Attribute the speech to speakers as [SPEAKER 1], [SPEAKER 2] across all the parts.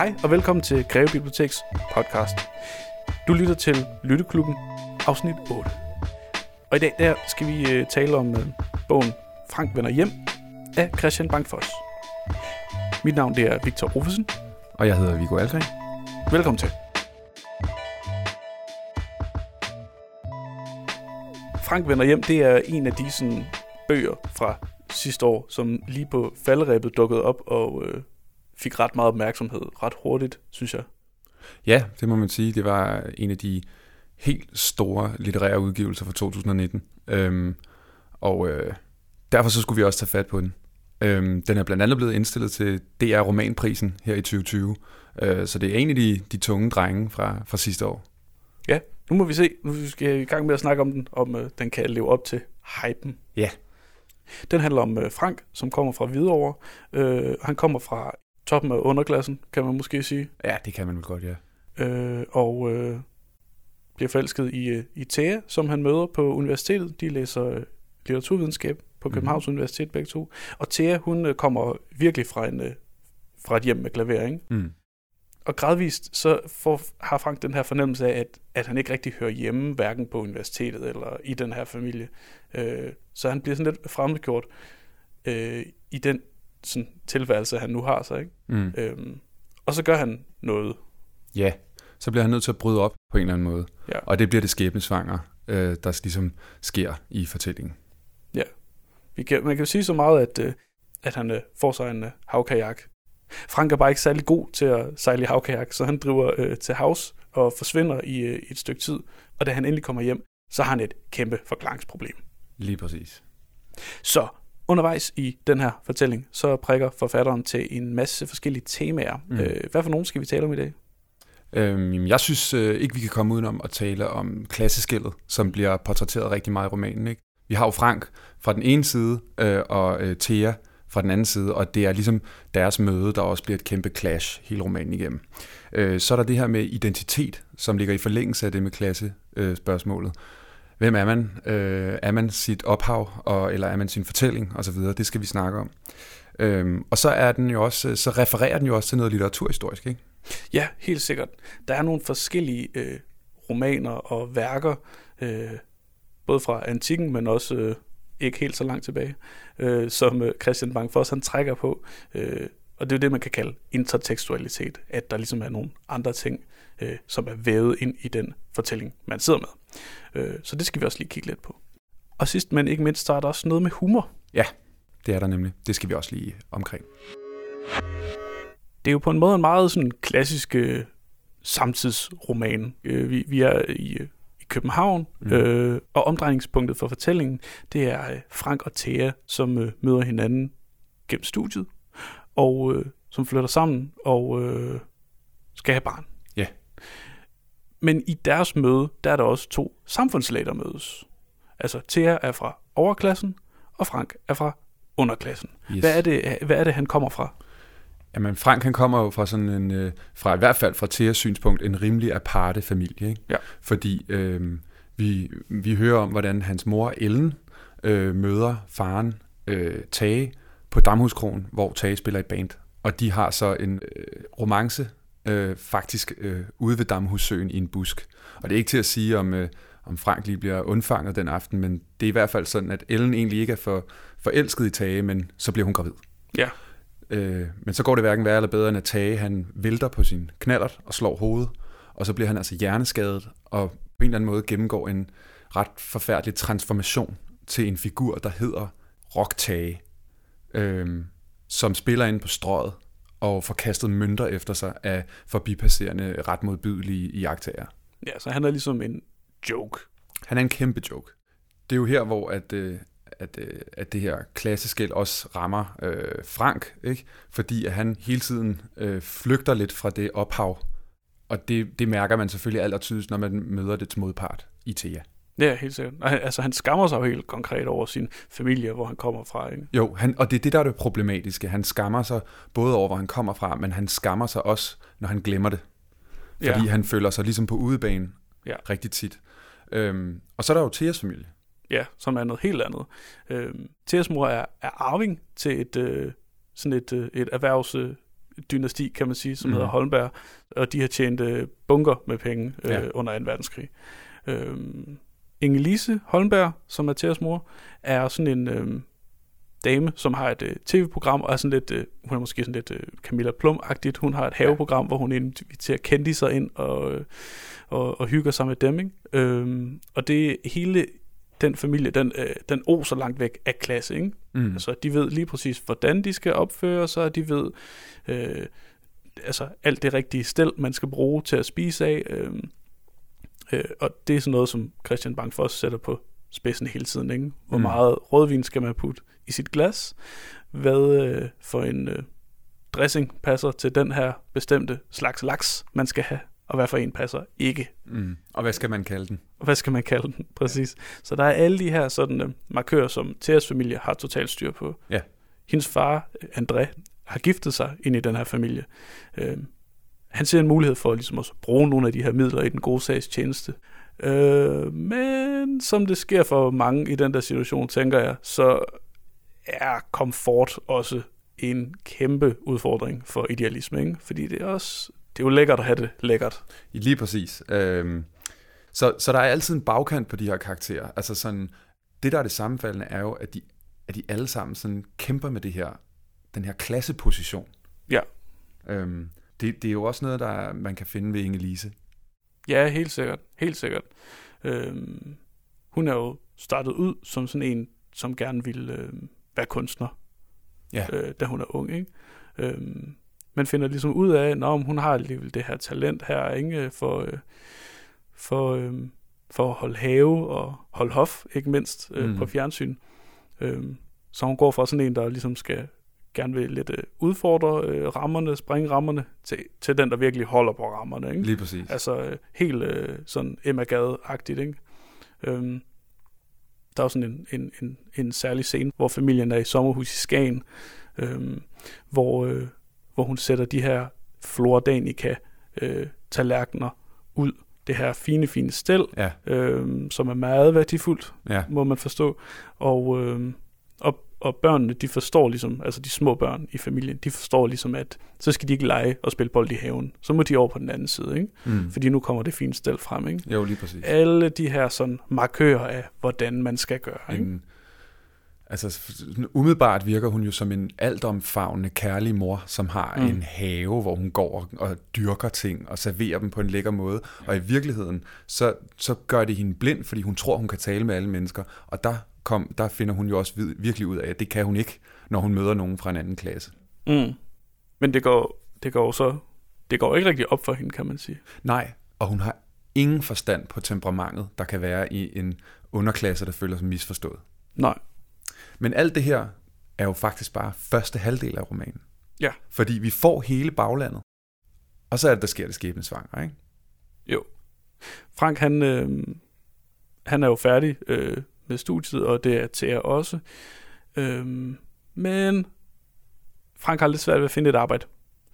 [SPEAKER 1] Hej og velkommen til Greve Biblioteks podcast. Du lytter til Lytteklubben, afsnit 8. Og i dag der skal vi tale om bogen Frank vender hjem af Christian Bang-Foss. Mit navn det er Victor Ovesen.
[SPEAKER 2] Og jeg hedder Viggo Ahlgren.
[SPEAKER 1] Velkommen til. Frank vender hjem, det er en af de sådan, bøger fra sidste år, som lige på falderebet dukkede op og fik ret meget opmærksomhed ret hurtigt, synes jeg.
[SPEAKER 2] Ja, det må man sige. Det var en af de helt store litterære udgivelser fra 2019. Derfor så skulle vi også tage fat på den. Den er blandt andet blevet indstillet til DR Romanprisen her i 2020. Så det er en af de tunge drenge fra sidste år.
[SPEAKER 1] Ja, nu må vi se. Nu skal jeg i gang med at snakke om den, om den kan leve op til hypen.
[SPEAKER 2] Ja.
[SPEAKER 1] Den handler om Frank, som kommer fra Hvidovre. Han kommer fra toppen af underklassen, kan man måske sige.
[SPEAKER 2] Ja, det kan man vel godt, ja.
[SPEAKER 1] Bliver forelsket i Thea, som han møder på universitetet. De læser litteraturvidenskab på Københavns Universitet begge to. Og Thea, hun kommer virkelig fra et hjem med klaver, ikke? Mm. Og gradvist så har Frank den her fornemmelse af, at han ikke rigtig hører hjemme, hverken på universitetet eller i den her familie. Så han bliver sådan lidt fremmedgjort i den sådan, tilværelse, han nu har sig. Ikke? Mm. Og så gør han noget.
[SPEAKER 2] Ja, så bliver han nødt til at bryde op på en eller anden måde. Ja. Og det bliver det skæbnesvanger, der ligesom sker i fortællingen.
[SPEAKER 1] Ja, man kan jo sige så meget, at han får sig en havkajak. Frank er bare ikke særlig god til at sejle i havkajak, så han driver til havs og forsvinder i et stykke tid. Og da han endelig kommer hjem, så har han et kæmpe forklaringsproblem.
[SPEAKER 2] Lige præcis.
[SPEAKER 1] Så undervejs i den her fortælling, så prikker forfatteren til en masse forskellige temaer. Hvad for nogle skal vi tale om i dag?
[SPEAKER 2] Jeg synes ikke, vi kan komme udenom at tale om klasseskellet, som bliver portrætteret rigtig meget i romanen. Ikke? Vi har jo Frank fra den ene side, og Thea fra den anden side, og det er ligesom deres møde, der også bliver et kæmpe clash hele romanen igennem. Så er der det her med identitet, som ligger i forlængelse af det med klassespørgsmålet. Hvem er man? Er man sit ophav, eller er man sin fortælling, osv.? Det skal vi snakke om. Og så er den jo også, så refererer den jo også til noget litteraturhistorisk, ikke?
[SPEAKER 1] Ja, helt sikkert. Der er nogle forskellige romaner og værker, både fra antikken, men også ikke helt så langt tilbage, som Christian Bang-Foss han trækker på. Og det er jo det, man kan kalde intertekstualitet, at der ligesom er nogle andre ting, som er vævet ind i den fortælling, man sidder med. Så det skal vi også lige kigge lidt på. Og sidst, men ikke mindst, så er der også noget med humor.
[SPEAKER 2] Ja, det er der nemlig. Det skal vi også lige omkring.
[SPEAKER 1] Det er jo på en måde en meget sådan klassisk samtidsroman. Vi er i København, og omdrejningspunktet for fortællingen, det er Frank og Thea, som møder hinanden gennem studiet, og som flytter sammen og skal have barn.
[SPEAKER 2] Ja. Men
[SPEAKER 1] i deres møde, der er der også to samfundslag, der mødes. Altså, Thea er fra overklassen, og Frank er fra underklassen. Yes. Hvad er det, han kommer fra?
[SPEAKER 2] Jamen, Frank han kommer jo fra sådan en, fra i hvert fald fra Theas synspunkt, en rimelig aparte familie, ikke? Ja. Fordi vi hører om, hvordan hans mor Ellen møder faren Tage på Damhuskroen, hvor Tage spiller i band. Og de har så en romance faktisk ude ved Damhussøen i en busk. Og det er ikke til at sige, om Frank lige bliver undfanget den aften, men det er i hvert fald sådan, at Ellen egentlig ikke er forelsket i Tage, men så bliver hun gravid.
[SPEAKER 1] Ja.
[SPEAKER 2] Men så går det hverken værre eller bedre, end at Tage, han vælter på sin knallert og slår hovedet, og så bliver han altså hjerneskadet, og på en eller anden måde gennemgår en ret forfærdelig transformation til en figur, der hedder Rock Tage, som spiller ind på strøget og får kastet mønter efter sig af forbipasserende ret modbydelige iagttagere.
[SPEAKER 1] Ja, så han er ligesom en joke.
[SPEAKER 2] Han er en kæmpe joke. Det er jo her, hvor at det her klasseskel også rammer Frank, ikke? Fordi at han hele tiden flygter lidt fra det ophav, og det mærker man selvfølgelig allertydeligst, når man møder det modpart i Thea.
[SPEAKER 1] Ja, helt sikkert. Altså, han skammer sig jo helt konkret over sin familie, hvor han kommer fra, ikke?
[SPEAKER 2] Jo, og det er det, der er det problematiske. Han skammer sig både over, hvor han kommer fra, men han skammer sig også, når han glemmer det. Fordi han føler sig ligesom på udebane rigtig tit. Og så er der jo Theas familie.
[SPEAKER 1] Ja, som er noget helt andet. Theas mor er arving til et erhvervs dynasti, kan man sige, som hedder Holmberg, og de har tjent bunker med penge under 2. verdenskrig. Inge-Lise Holmberg, som er Theas mor, er sådan en dame, som har et tv-program, og er sådan lidt, hun er måske sådan lidt Camilla Plum-agtigt. Hun har et haveprogram, hvor hun inviterer kendiser ind og hygger sig med dem, ikke? Og det hele den familie, den oser langt væk af klasse, ikke? Altså, de ved lige præcis, hvordan de skal opføre sig, de ved alt det rigtige stel, man skal bruge til at spise af, og det er sådan noget, som Christian Bang-Foss sætter på spidsen hele tiden, ikke? Hvor meget rødvin skal man putte i sit glas? Hvad for en dressing passer til den her bestemte slags laks, man skal have? Og hvad for en passer ikke?
[SPEAKER 2] Og hvad skal man kalde den?
[SPEAKER 1] Præcis. Ja. Så der er alle de her sådan markører, som Theas familie har totalt styr på.
[SPEAKER 2] Ja.
[SPEAKER 1] Hendes far, André, har giftet sig ind i den her familie. Han ser en mulighed for ligesom at bruge nogle af de her midler i den gode sags tjeneste. Men som det sker for mange i den der situation, tænker jeg, så er komfort også en kæmpe udfordring for idealisme, ikke? Fordi det er jo lækkert at have det lækkert.
[SPEAKER 2] Lige præcis. Så der er altid en bagkant på de her karakterer. Altså sådan, det der er det sammenfaldende er jo, at de alle sammen sådan kæmper med den her klasseposition.
[SPEAKER 1] Ja.
[SPEAKER 2] Det er jo også noget, man kan finde ved Inge-Lise.
[SPEAKER 1] Ja, helt sikkert. Helt sikkert. Hun er jo startet ud som sådan en, som gerne ville være kunstner, da hun er ung, ikke? Man finder ligesom ud af, at hun har alligevel det her talent her, ikke? For at holde have og holde hof, ikke mindst på fjernsyn. Så hun går fra sådan en, der ligesom gerne vil lidt udfordre rammerne, springe rammerne, til den, der virkelig holder på rammerne, ikke?
[SPEAKER 2] Lige præcis.
[SPEAKER 1] Altså helt sådan Emma Gade-agtigt, ikke? Der er jo sådan en særlig scene, hvor familien er i sommerhus i Skagen, hvor hun sætter de her Flora Danica tallerkener ud. Det her fine stel, som er meget værdifuldt, må man forstå. Og børnene, de forstår ligesom, altså de små børn i familien, de forstår ligesom, at så skal de ikke lege og spille bold i haven. Så må de over på den anden side, ikke? Fordi nu kommer det fine stel frem, ikke?
[SPEAKER 2] Jo, lige præcis.
[SPEAKER 1] Alle de her sådan markører af, hvordan man skal gøre, ikke?
[SPEAKER 2] Altså umiddelbart virker hun jo som en altomfavnende kærlig mor, som har en have, hvor hun går og dyrker ting og serverer dem på en lækker måde. Og i virkeligheden, så gør det hende blind, fordi hun tror, hun kan tale med alle mennesker. Og der finder hun jo også virkelig ud af, at det kan hun ikke, når hun møder nogen fra en anden klasse.
[SPEAKER 1] Men det går ikke rigtig op for hende, kan man sige.
[SPEAKER 2] Nej, og hun har ingen forstand på temperamentet, der kan være i en underklasse, der føler sig misforstået.
[SPEAKER 1] Nej.
[SPEAKER 2] Men alt det her er jo faktisk bare første halvdel af romanen.
[SPEAKER 1] Ja.
[SPEAKER 2] Fordi vi får hele baglandet, og så er det, der sker det skæbnesvangre, ikke?
[SPEAKER 1] Jo. Frank, han er jo færdig med studiet, og det er Thea også. Men Frank har lidt svært ved at finde et arbejde.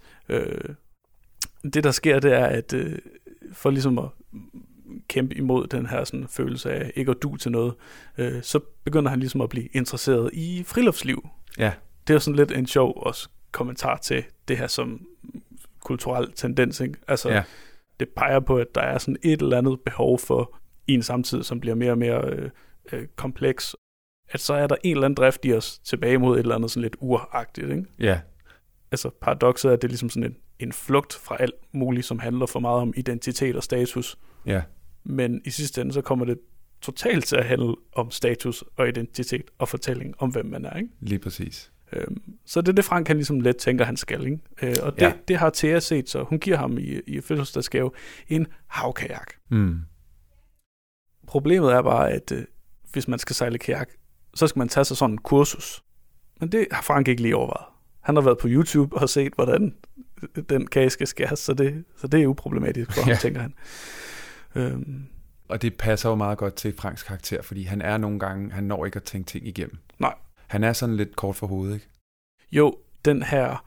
[SPEAKER 1] Det, der sker, det er, at for ligesom at kæmpe imod den her sådan følelse af ikke at du til noget, så begynder han ligesom at blive interesseret i friluftsliv.
[SPEAKER 2] Ja.
[SPEAKER 1] Det er sådan lidt en sjov også kommentar til det her som kulturel tendens, ikke? Altså, det peger på, at der er sådan et eller andet behov for i en samtid, som bliver mere og mere kompleks, at så er der en eller anden drift i os tilbage mod et eller andet sådan lidt uragtigt, ikke?
[SPEAKER 2] Ja.
[SPEAKER 1] Altså paradokset er, at det er ligesom sådan en flugt fra alt muligt, som handler for meget om identitet og status.
[SPEAKER 2] Ja.
[SPEAKER 1] Men i sidste ende, så kommer det totalt til at handle om status og identitet og fortælling om, hvem man er, ikke?
[SPEAKER 2] Lige præcis.
[SPEAKER 1] Så det er det, Frank han ligesom let tænker, han skal, ikke? Og det har Thea set, så hun giver ham i fødselsdagsgave en havkajak. Problemet er bare, at hvis man skal sejle kajak, så skal man tage sig sådan en kursus. Men det har Frank ikke lige overvejet. Han har været på YouTube og set, hvordan den kage skal skæres, så det er uproblematisk for ham, tænker han.
[SPEAKER 2] Og det passer jo meget godt til Franks karakter, fordi han er nogle gange, han når ikke at tænke ting igennem.
[SPEAKER 1] Nej.
[SPEAKER 2] Han er sådan lidt kort for hovedet, ikke?
[SPEAKER 1] Jo, den her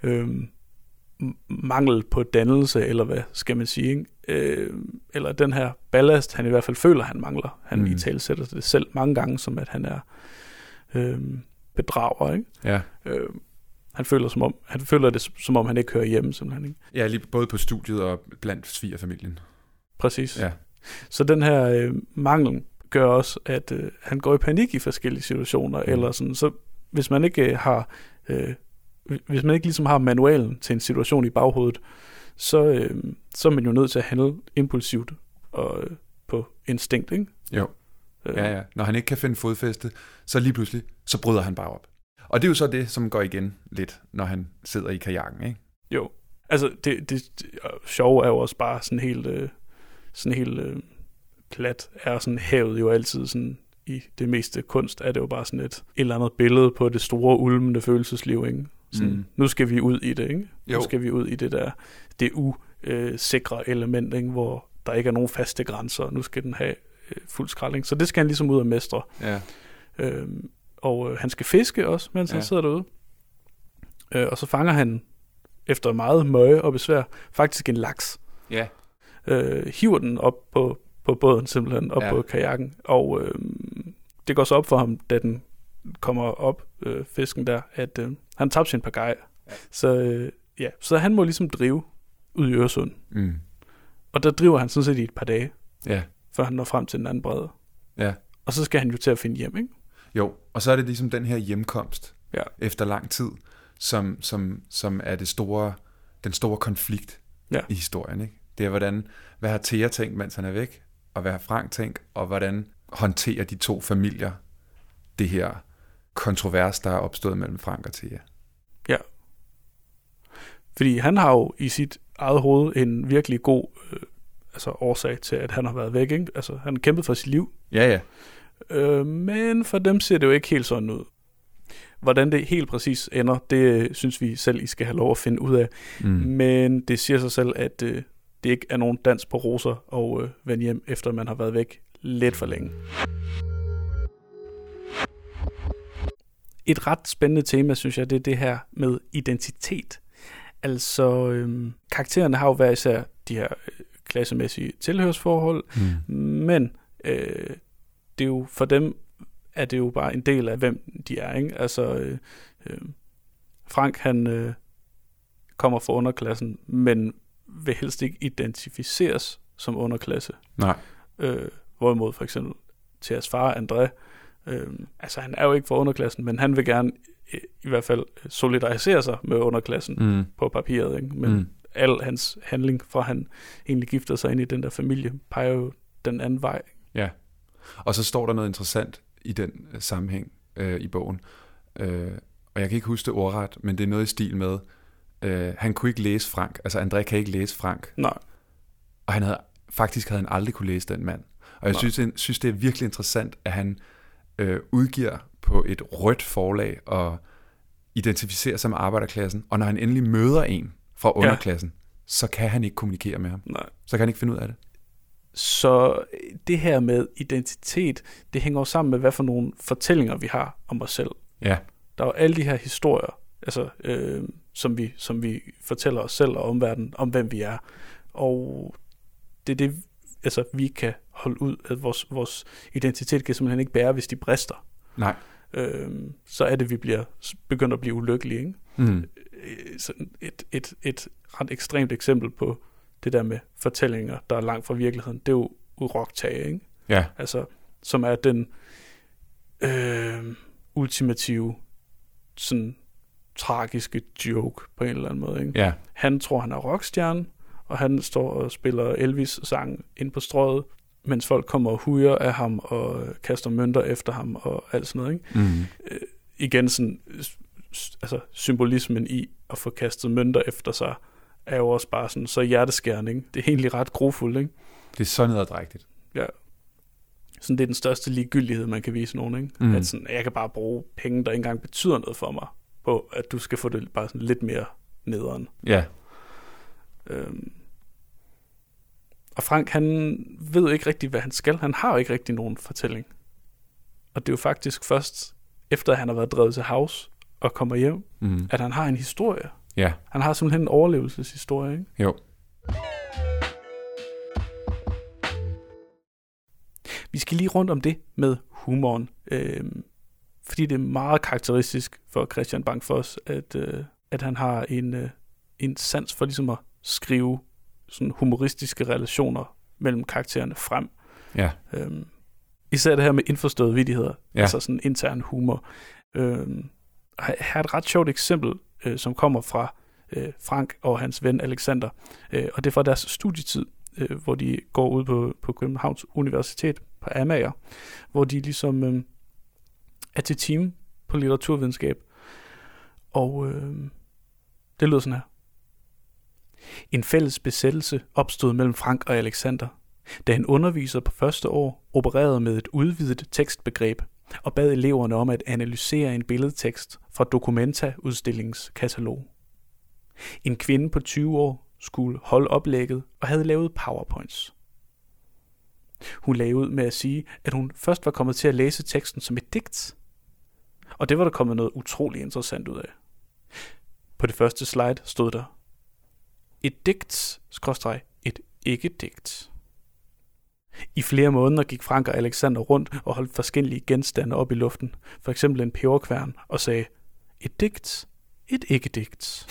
[SPEAKER 1] mangel på dannelse, eller hvad skal man sige, ikke? Eller den her ballast, han i hvert fald føler, han mangler. Han italesætter det selv mange gange, som at han er bedrager, ikke?
[SPEAKER 2] Ja.
[SPEAKER 1] Han føler det, som om han ikke hører hjemme, simpelthen. Ikke?
[SPEAKER 2] Ja, lige både på studiet og blandt svigerfamilien.
[SPEAKER 1] Præcis.
[SPEAKER 2] Ja.
[SPEAKER 1] Så den her mangel gør også, at han går i panik i forskellige situationer, eller sådan, så hvis man ikke har, hvis man ikke ligesom har manualen til en situation i baghovedet, så er man jo nødt til at handle impulsivt og på instinkt, ikke?
[SPEAKER 2] Jo. Ja. Når han ikke kan finde fodfæste, så lige pludselig, så bryder han bare op. Og det er jo så det, som går igen lidt, når han sidder i kajakken, ikke? Jo.
[SPEAKER 1] Altså, det sjove er jo også bare sådan helt plat, er sådan havet jo altid sådan, i det meste kunst, er det jo bare sådan et eller andet billede på det store, ulmende følelsesliv, ikke? Sådan, nu skal vi ud i det, ikke?
[SPEAKER 2] Jo.
[SPEAKER 1] Nu skal vi ud i det der, det usikre element, ikke? Hvor der ikke er nogen faste grænser, nu skal den have fuld skralding. Så det skal han ligesom ud og mestre.
[SPEAKER 2] Ja.
[SPEAKER 1] Og han skal fiske også, mens han sidder derude. Og så fanger han, efter meget møje og besvær, faktisk en laks.
[SPEAKER 2] Ja.
[SPEAKER 1] Hiver den op på båden, simpelthen, op på kajakken. Og det går så op for ham, da den kommer op, fisken der, at han tabte sin pagaje. Ja. Så han må ligesom drive ud i Øresund.
[SPEAKER 2] Mm.
[SPEAKER 1] Og der driver han sådan set i et par dage,
[SPEAKER 2] før
[SPEAKER 1] han når frem til den anden bredde.
[SPEAKER 2] Ja.
[SPEAKER 1] Og så skal han jo til at finde hjem, ikke?
[SPEAKER 2] Jo, og så er det ligesom den her hjemkomst efter lang tid, som er den store konflikt i historien, ikke? Det er, hvad har Thea tænkt, mens han er væk, og hvad har Frank tænkt, og hvordan håndterer de to familier det her kontrovers, der er opstået mellem Frank og Thea. Ja.
[SPEAKER 1] Fordi han har jo i sit eget hoved en virkelig god årsag til, at han har været væk, ikke? Altså, han har kæmpet for sit liv.
[SPEAKER 2] Ja.
[SPEAKER 1] Men for dem ser det jo ikke helt sådan ud. Hvordan det helt præcis ender, det synes vi selv, I skal have lov at finde ud af. Men det siger sig selv, at det ikke er nogen dans på roser og vende hjem, efter man har været væk lidt for længe. Et ret spændende tema, synes jeg, det er det her med identitet. Altså, karaktererne har jo hver især de her klassemæssige tilhørsforhold, men det er jo for dem, er det jo bare en del af, hvem de er, ikke? Altså, Frank, han kommer fra underklassen, men vil helst ikke identificeres som underklasse.
[SPEAKER 2] Nej.
[SPEAKER 1] Hvorimod for eksempel Theas far, André, altså han er jo ikke fra underklassen, men han vil gerne i hvert fald solidarisere sig med underklassen på papiret, ikke? Men al hans handling, fra han egentlig gifter sig ind i den der familie, peger jo den anden vej.
[SPEAKER 2] Ja, og så står der noget interessant i den sammenhæng i bogen, og jeg kan ikke huske det ordret, men det er noget i stil med, han kunne ikke læse Frank, altså André kan ikke læse Frank.
[SPEAKER 1] Nej.
[SPEAKER 2] Og havde han aldrig kunne læse den mand. Og jeg synes, det er virkelig interessant, at han udgiver på et rødt forlag og identificerer sig med arbejderklassen, og når han endelig møder en fra underklassen, så kan han ikke kommunikere med ham.
[SPEAKER 1] Nej.
[SPEAKER 2] Så kan han ikke finde ud af det.
[SPEAKER 1] Så det her med identitet, det hænger jo sammen med, hvad for nogle fortællinger vi har om os selv.
[SPEAKER 2] Ja.
[SPEAKER 1] Der er jo alle de her historier, altså, som vi fortæller os selv og omverdenen om, hvem vi er. Og det er det, altså, vi kan holde ud, at vores identitet kan simpelthen ikke bære, hvis de brister.
[SPEAKER 2] Nej.
[SPEAKER 1] Så er det, vi begynder at blive ulykkelige, ikke? Sådan et ret ekstremt eksempel på det der med fortællinger, der er langt fra virkeligheden, det er jo Uroktage, ikke?
[SPEAKER 2] Ja.
[SPEAKER 1] Altså, som er den ultimative, sådan tragiske joke på en eller anden måde, ikke?
[SPEAKER 2] Ja.
[SPEAKER 1] Han tror, han er rockstjerne, og han står og spiller Elvis-sang ind på strøget, mens folk kommer og hujer af ham og kaster mønter efter ham og alt sådan noget, ikke? Igen sådan, altså symbolismen i at få kastet mønter efter sig, er jo også bare sådan så hjerteskærende, ikke? Det er egentlig ret grofuldt, ikke?
[SPEAKER 2] Det er så nederdrægtigt.
[SPEAKER 1] Ja. Sådan det er den største ligegyldighed, man kan vise nogen, ikke? At sådan, jeg kan bare bruge penge, der ikke engang betyder noget for mig, på at du skal få det bare sådan lidt mere nederen.
[SPEAKER 2] Ja.
[SPEAKER 1] Og Frank, han ved ikke rigtig, hvad han skal. Han har jo ikke rigtig nogen fortælling. Og det er jo faktisk først, efter han har været drevet til havs og kommer hjem, at han har en historie.
[SPEAKER 2] Ja.
[SPEAKER 1] Han har simpelthen en overlevelseshistorie, ikke?
[SPEAKER 2] Jo. Vi
[SPEAKER 1] skal lige rundt om det med humoren. fordi det er meget karakteristisk for Christian Bang-Foss, at han har en sans for ligesom at skrive sådan humoristiske relationer mellem karaktererne frem.
[SPEAKER 2] Ja.
[SPEAKER 1] Især det her med indforståede vittigheder, altså sådan intern humor. Her er et ret sjovt eksempel, som kommer fra Frank og hans ven Alexander, og det er fra deres studietid, hvor de går ud på Københavns Universitet på Amager, hvor de ligesom er til team på litteraturvidenskab, og det lyder sådan her. En fælles besættelse opstod mellem Frank og Alexander, da en underviser på første år opererede med et udvidet tekstbegreb og bad eleverne om at analysere en billedtekst fra Documenta-udstillingskatalog. En kvinde på 20 år skulle holde oplægget og havde lavet PowerPoints. Hun lagde ud med at sige, at hun først var kommet til at læse teksten som et digt, og det var der kommet noget utroligt interessant ud af. På det første slide stod der et digt, et ikke-digt. I flere måneder gik Frank og Alexander rundt og holdt forskellige genstande op i luften, for eksempel en peberkværn, og sagde, et digt, et ikke-digt.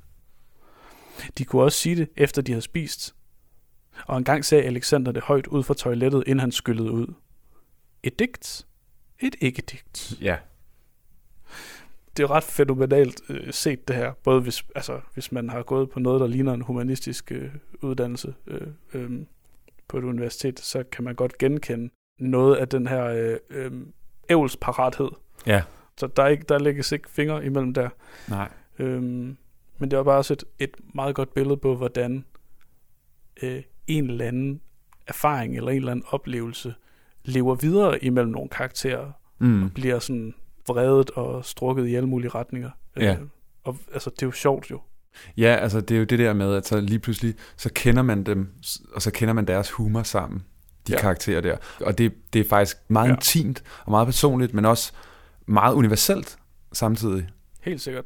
[SPEAKER 1] De kunne også sige det, efter de havde spist. Og engang sagde Alexander det højt ud fra toilettet, inden han skyllede ud. Et digt, et ikke-digt.
[SPEAKER 2] Ja.
[SPEAKER 1] Det er jo ret fænomenalt set det her, både hvis man har gået på noget, der ligner en humanistisk uddannelse på et universitet, så kan man godt genkende noget af den her ævelsparathed. Ja. Så der lægges ikke fingre imellem der.
[SPEAKER 2] Nej.
[SPEAKER 1] Men det er bare også et meget godt billede på, hvordan en eller anden erfaring eller en eller anden oplevelse lever videre imellem nogle karakterer og bliver sådan vredet og strukket i alle mulige retninger.
[SPEAKER 2] Ja.
[SPEAKER 1] Og altså, det er jo sjovt jo.
[SPEAKER 2] Ja, altså det er jo det der med, at så lige pludselig, så kender man dem, og så kender man deres humor sammen, de karakterer der. Og det er faktisk meget intimt og meget personligt, men også meget universelt samtidig.
[SPEAKER 1] Helt sikkert.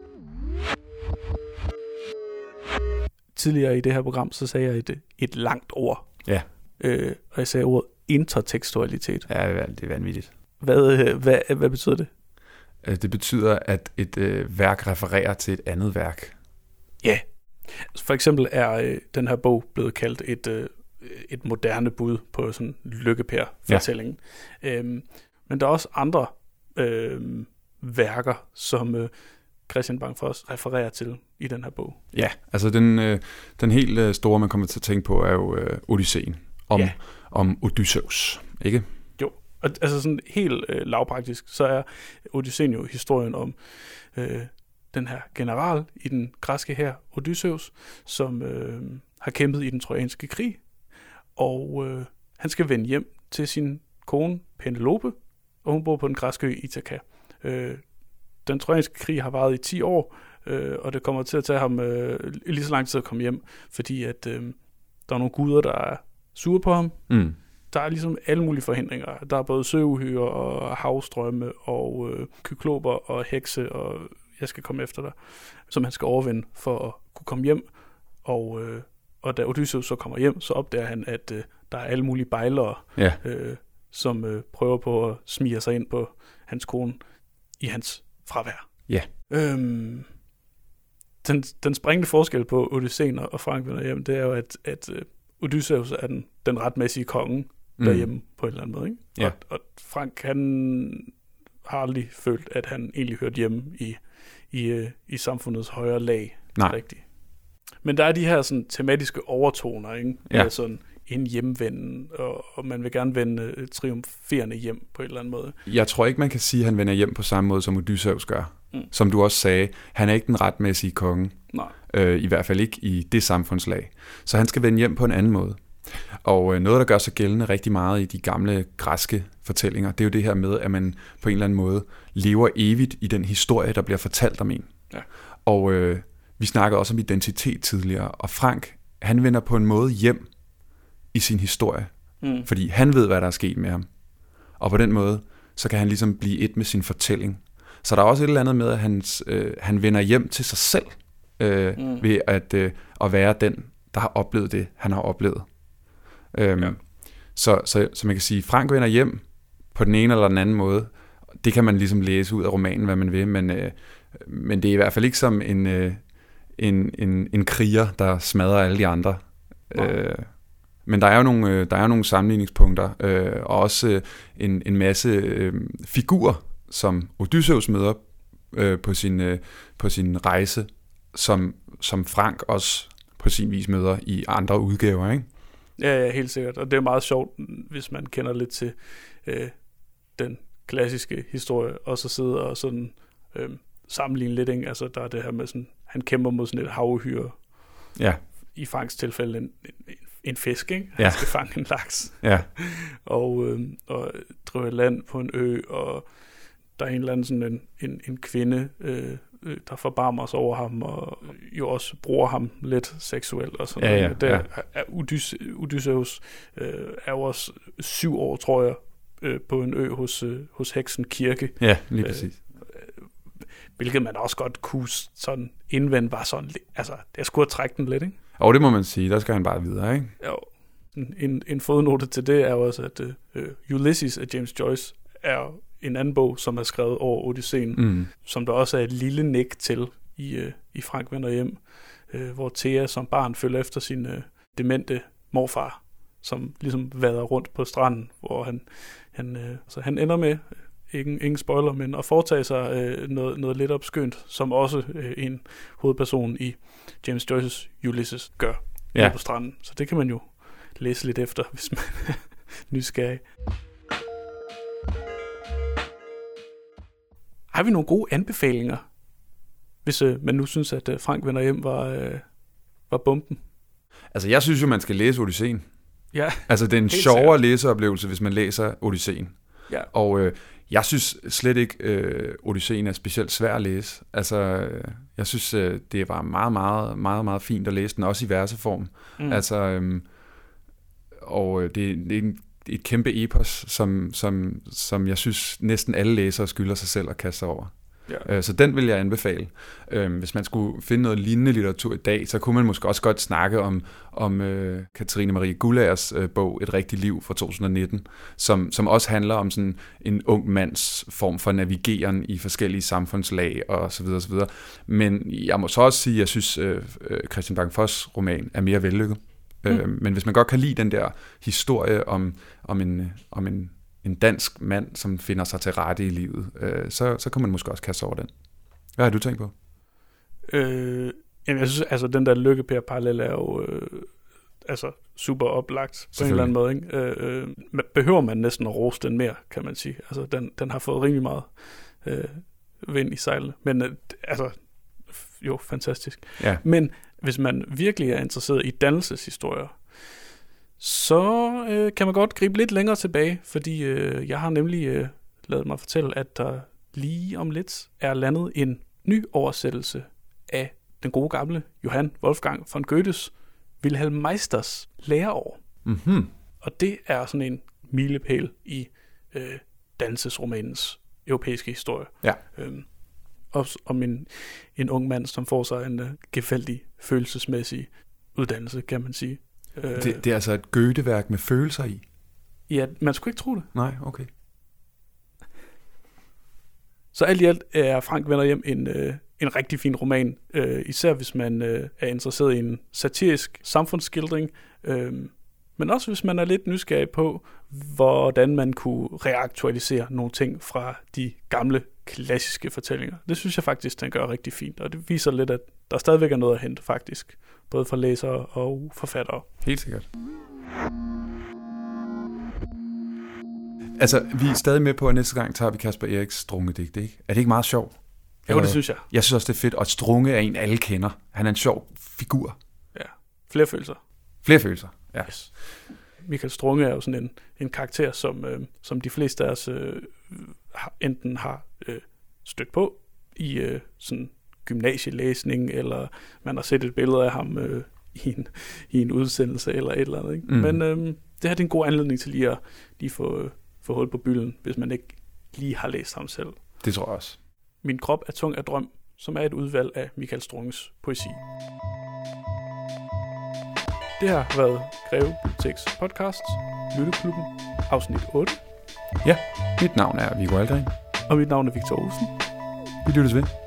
[SPEAKER 1] Tidligere i det her program, så sagde jeg et langt ord.
[SPEAKER 2] Ja.
[SPEAKER 1] Og jeg sagde ordet intertekstualitet.
[SPEAKER 2] Ja, det er vanvittigt.
[SPEAKER 1] Hvad betyder det?
[SPEAKER 2] Det betyder, at et værk refererer til et andet værk.
[SPEAKER 1] Ja. For eksempel er den her bog blevet kaldt et moderne bud på sådan Lykke-Per-fortællingen. Ja. Men der er også andre værker, som Christian Bang-Foss refererer til i den her bog.
[SPEAKER 2] Ja, altså den helt store, man kommer til at tænke på, er jo Odysseen om Odysseus, ikke?
[SPEAKER 1] Jo, og altså sådan helt lavpraktisk, så er Odysseen jo historien om den her general i den græske hær, Odysseus, som har kæmpet i den trojanske krig, og han skal vende hjem til sin kone Penelope, og hun bor på den græske ø Ithaka. Den trojanske krig har varet i 10 år, og det kommer til at tage ham lige så lang tid at komme hjem, fordi at der er nogle guder, der er sure på ham. Mm. Der er ligesom alle mulige forhindringer. Der er både søuhyrer og havstrømme og kykloper og hekse, og jeg skal komme efter dig, som han skal overvinde for at kunne komme hjem. Og da Odysseus så kommer hjem, så opdager han, at der er alle mulige bejlere, som prøver på at smige sig ind på hans kone i hans fravær.
[SPEAKER 2] Ja.
[SPEAKER 1] Den springende forskel på Odysseen og Frank vender hjem, det er jo, at Odysseus er den retmæssige konge derhjemme på en eller anden måde. Ikke?
[SPEAKER 2] Ja.
[SPEAKER 1] Og Frank, han har aldrig følt, at han egentlig hørte hjemme i samfundets højere lag.
[SPEAKER 2] Nej.
[SPEAKER 1] Rigtigt. Men der er de her sådan tematiske overtoner, ikke?
[SPEAKER 2] Ja.
[SPEAKER 1] Sådan en hjemvenden, og man vil gerne vende triumferende hjem på en eller anden måde.
[SPEAKER 2] Jeg tror ikke, man kan sige, at han vender hjem på samme måde, som Odysseus gør. Som du også sagde, han er ikke den retmæssige konge.
[SPEAKER 1] Nej.
[SPEAKER 2] I hvert fald ikke i det samfundslag. Så han skal vende hjem på en anden måde. Og noget, der gør sig gældende rigtig meget i de gamle græske fortællinger, det er jo det her med, at man på en eller anden måde lever evigt i den historie, der bliver fortalt om en.
[SPEAKER 1] Ja.
[SPEAKER 2] Og vi snakkede også om identitet tidligere, og Frank, han vender på en måde hjem i sin historie, fordi han ved, hvad der er sket med ham. Og på den måde, så kan han ligesom blive et med sin fortælling. Så der er også et eller andet med, at han vender hjem til sig selv, ved at være den, der har oplevet det, han har oplevet. Så man kan sige, Frank vender hjem på den ene eller den anden måde, det kan man ligesom læse ud af romanen, hvad man vil, men det er i hvert fald ikke som en kriger, der smadrer alle de andre. Men der er jo nogle sammenligningspunkter, og også en masse figurer, som Odysseus møder på sin rejse, som Frank også på sin vis møder i andre udgaver, ikke?
[SPEAKER 1] Ja, helt sikkert. Og det er meget sjovt, hvis man kender lidt til den klassiske historie, og så sidder og sådan sammenligne lidt, ikke? Altså, der er det her med sådan, han kæmper mod sådan et havuhyre.
[SPEAKER 2] Ja.
[SPEAKER 1] I Franks tilfælde en fisk, ikke?
[SPEAKER 2] Ja.
[SPEAKER 1] Han skal fange en laks.
[SPEAKER 2] Ja.
[SPEAKER 1] Og drive land på en ø, og der er en eller anden sådan en kvinde, der forbarmer sig over ham, og jo også bruger ham lidt seksuelt og sådan noget. Der er Odysseus er jo også 7 år, tror jeg, på en ø hos heksen Kirke.
[SPEAKER 2] Ja, lige præcis.
[SPEAKER 1] Hvilket man også godt kunne sådan indvende var sådan, altså det skulle have trækket den lidt, ikke?
[SPEAKER 2] Og det må man sige, der skal han bare videre, ikke?
[SPEAKER 1] Jo. En fodnote til det er jo også, at Ulysses af James Joyce er en anden bog, som er skrevet over Odysseen, som der også er et lille nik til i Frank vender hjem, hvor Thea som barn følger efter sin demente morfar, som ligesom vader rundt på stranden, hvor han ender med, ingen spoiler, men at foretage sig noget lidt opskønt, som også en hovedperson i James Joyces Ulysses gør på stranden. Så det kan man jo læse lidt efter, hvis man er nysgerrig. Har vi nogle gode anbefalinger, hvis man nu synes, at Frank vender hjem var bomben?
[SPEAKER 2] Altså, jeg synes jo, man skal læse Odysseen.
[SPEAKER 1] Ja.
[SPEAKER 2] Altså, det er en sjovere læseoplevelse, hvis man læser Odysseen.
[SPEAKER 1] Ja.
[SPEAKER 2] Og jeg synes slet ikke, Odysseen er specielt svær at læse. Altså, jeg synes, det var meget, meget, meget, meget fint at læse den, også i verseform. Altså, og det er et kæmpe epos, som jeg synes næsten alle læsere skylder sig selv at kaste over. Ja. Så den vil jeg anbefale. Hvis man skulle finde noget lignende litteratur i dag, så kunne man måske også godt snakke om Katrine Marie Guldagers bog Et rigtigt liv fra 2019, som også handler om sådan en ung mands form for navigeren i forskellige samfundslag og så videre, så videre. Men jeg må så også sige, at jeg synes, Christian Bang-Foss roman er mere vellykket. Men hvis man godt kan lide den der historie om en dansk mand, som finder sig til rette i livet, så kan man måske også kaste over den. Hvad har du tænkt på?
[SPEAKER 1] Jamen, jeg synes, altså den der Lykke-Per-parallel er jo super oplagt på en eller anden måde. Ikke? Behøver man næsten at rose den mere, kan man sige. Altså, den har fået rimelig meget vind i sejlene. Men jo, fantastisk. Ja. Men hvis man virkelig er interesseret i dannelseshistorier, så kan man godt gribe lidt længere tilbage, fordi jeg har nemlig ladet mig fortælle, at der lige om lidt er landet en ny oversættelse af den gode gamle Johann Wolfgang von Goethes Wilhelm Meisters læreår.
[SPEAKER 2] Mm-hmm.
[SPEAKER 1] Og det er sådan en milepæl i dannelsesromanens europæiske historie.
[SPEAKER 2] Ja.
[SPEAKER 1] Om en ung mand, som får sig en gevaldig følelsesmæssig uddannelse, kan man sige.
[SPEAKER 2] Det er altså et Goethe-værk med følelser i?
[SPEAKER 1] Ja, man skulle ikke tro det.
[SPEAKER 2] Nej, okay.
[SPEAKER 1] Så alt i alt er Frank vender hjem en rigtig fin roman, især hvis man er interesseret i en satirisk samfundsskildring, men også hvis man er lidt nysgerrig på, hvordan man kunne reaktualisere nogle ting fra de gamle klassiske fortællinger. Det synes jeg faktisk, den gør rigtig fint, og det viser lidt, at der stadigvæk er noget at hente faktisk, både for læsere og forfattere.
[SPEAKER 2] Helt sikkert. Altså, vi er stadig med på, at næste gang tager vi Kasper Eriks Strungedigte, ikke? Er det ikke meget sjovt?
[SPEAKER 1] Jo, det synes jeg.
[SPEAKER 2] Jeg synes også, det er fedt, og Strunge er en, alle kender. Han er en sjov figur.
[SPEAKER 1] Ja, flere følelser.
[SPEAKER 2] Flere følelser, ja.
[SPEAKER 1] Yes. Michael Strunge er jo sådan en karakter, som de fleste af os enten har stødt på i sådan gymnasielæsning, eller man har set et billede af ham i en udsendelse, eller et eller andet. Ikke? Men det her er en god anledning til lige at få hul på bylden, hvis man ikke lige har læst ham selv.
[SPEAKER 2] Det tror jeg også.
[SPEAKER 1] Min krop er tung af drøm, som er et udvalg af Michael Strunges poesi. Det har været Greve Biblioteks podcast, Lytteklubben, afsnit 8.
[SPEAKER 2] Ja, mit navn er Viggo Aldring.
[SPEAKER 1] Og mit navn er Victor Olsen.
[SPEAKER 2] Vi lyttes ved.